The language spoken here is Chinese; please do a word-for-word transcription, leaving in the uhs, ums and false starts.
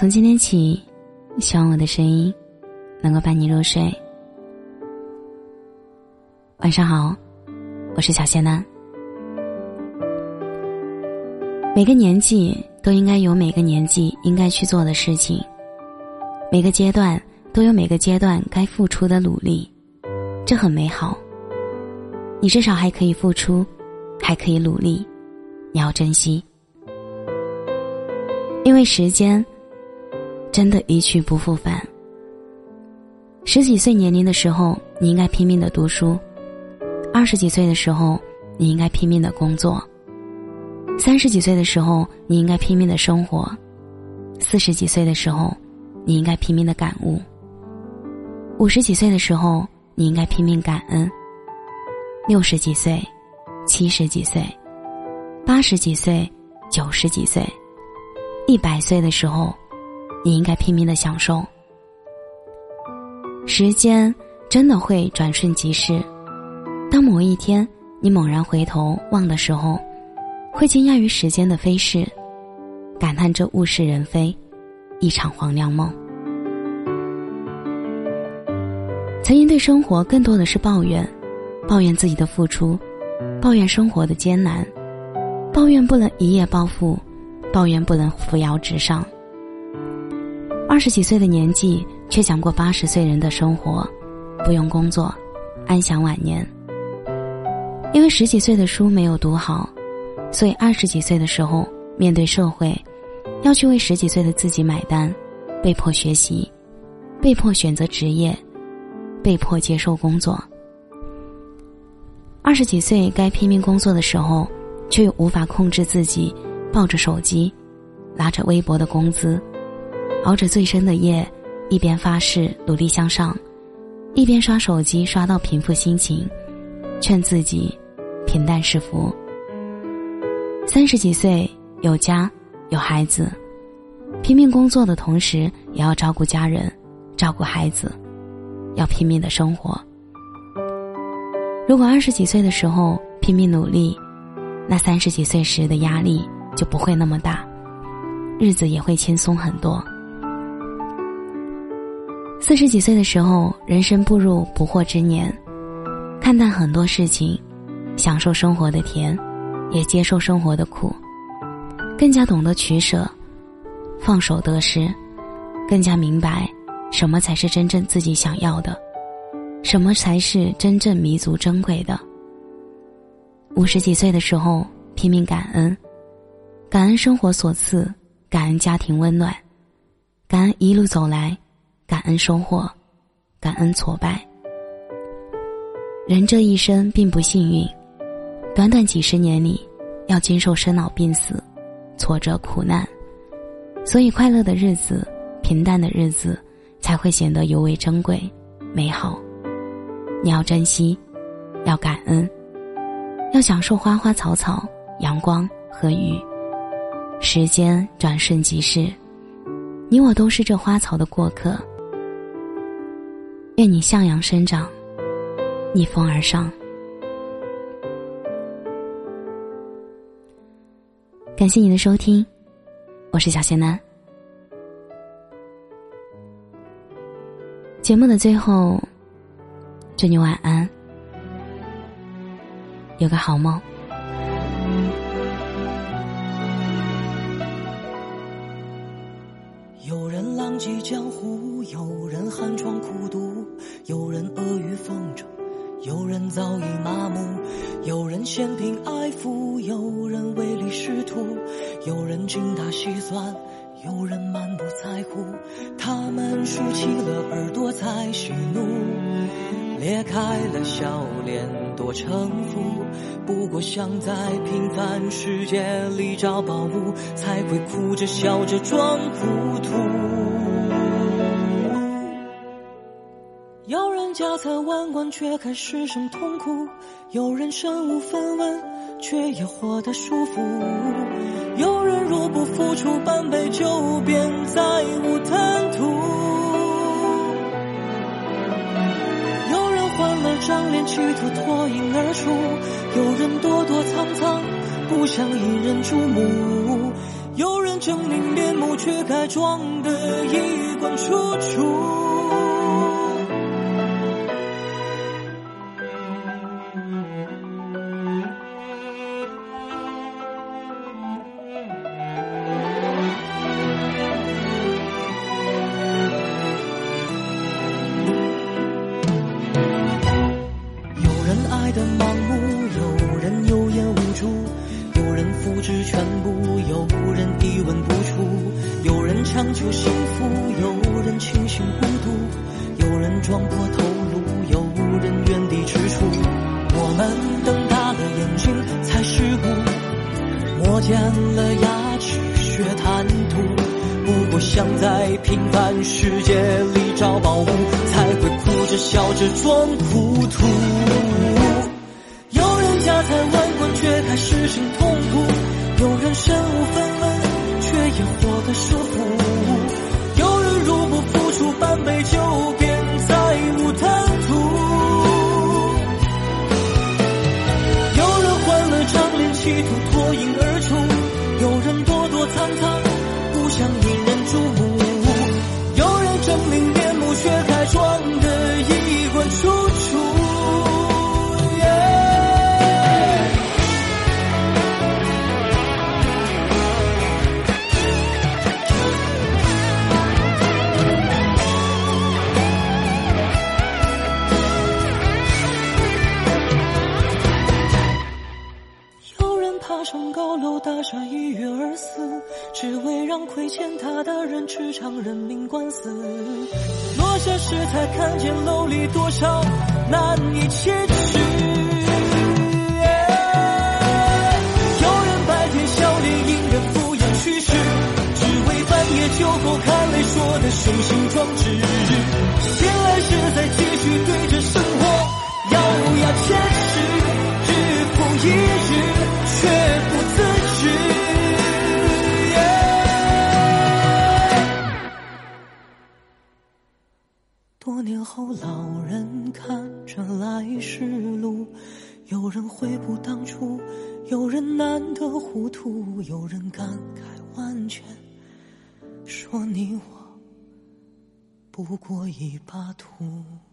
从今天起，希望我的声音能够伴你入睡。晚上好，我是小仙男。每个年纪都应该有每个年纪应该去做的事情，每个阶段都有每个阶段该付出的努力，这很美好。你至少还可以付出，还可以努力，你要珍惜。因为时间真的一去不复返。十几岁年龄的时候，你应该拼命的读书；二十几岁的时候，你应该拼命的工作；三十几岁的时候，你应该拼命的生活；四十几岁的时候，你应该拼命的感悟；五十几岁的时候，你应该拼命感恩；六十几岁、七十几岁、八十几岁、九十几岁、一百岁的时候，你应该拼命的享受。时间真的会转瞬即逝，当某一天你猛然回头望的时候，会惊讶于时间的飞逝，感叹这物是人非，一场黄粱梦。曾经对生活更多的是抱怨，抱怨自己的付出，抱怨生活的艰难，抱怨不能一夜暴富，抱怨不能扶摇直上。二十几岁的年纪，却想过八十岁人的生活，不用工作，安享晚年。因为十几岁的书没有读好，所以二十几岁的时候，面对社会，要去为十几岁的自己买单，被迫学习，被迫选择职业，被迫接受工作。二十几岁该拼命工作的时候，却又无法控制自己，抱着手机，拿着微薄的工资，熬着最深的夜，一边发誓努力向上，一边刷手机刷到平复心情，劝自己平淡是福。三十几岁有家有孩子，拼命工作的同时也要照顾家人，照顾孩子，要拼命的生活。如果二十几岁的时候拼命努力，那三十几岁时的压力就不会那么大，日子也会轻松很多。四十几岁的时候，人生步入不惑之年，看淡很多事情，享受生活的甜，也接受生活的苦，更加懂得取舍，放手得失，更加明白什么才是真正自己想要的，什么才是真正弥足珍贵的。五十几岁的时候，拼命感恩，感恩生活所赐，感恩家庭温暖，感恩一路走来，感恩收获，感恩挫败。人这一生并不幸运，短短几十年里，要经受生老病死、挫折苦难，所以快乐的日子、平淡的日子才会显得尤为珍贵、美好。你要珍惜，要感恩，要享受花花草草、阳光和雨。时间转瞬即逝，你我都是这花草的过客。愿你向阳生长，逆风而上。感谢你的收听，我是小仙男。节目的最后，祝你晚安，有个好梦。 有人浪迹江湖，有人寒窗苦读，有人阿谀奉承，有人早已麻木，有人嫌贫爱富，有人唯利是图，有人精打细算，有人满不在乎。他们竖起了耳朵才喜怒，裂开了笑脸多城府，不过想在平凡世界里找宝物，才会哭着笑着装糊涂。有人家财万贯却还失声痛哭，有人身无分文却也活得舒服，有人若不付出半杯酒便再无贪图，有人换了张脸企图脱颖而出，有人躲躲藏藏不想引人注目， 有人狰狞面目却改装的衣冠楚楚。有人爱的盲目，有人有眼无珠，有人复制全部，有人一文不出，有人强求幸福，有人清醒孤独，有人撞破头颅，有人原地踟蹰。我们瞪大了眼睛才世故，磨尖了牙齿学贪图，不过想在平凡世界里找宝物，才会哭着笑着装糊涂。有人家财万贯却还失心痛苦，有人身无分文却也活得舒服，有人入不敷出半杯酒便再无贪图，有人换了张脸企图脱颖而出，有人躲躲藏藏不想引人注目，有人狰狞面目却还装得衣冠楚楚。爬上高楼大厦一跃而死，只为让亏欠他的人吃场人命官司。落下时才看见楼里多少难以启齿，有人白天笑脸迎人敷衍去世，只为半夜酒后看泪说的雄心壮志。醒来时再继续对着生活咬牙切齿，日复一日却不自知、yeah、多年后老人看着来时路，有人悔不当初，有人难得糊涂，有人感慨万千，说你我不过一把土。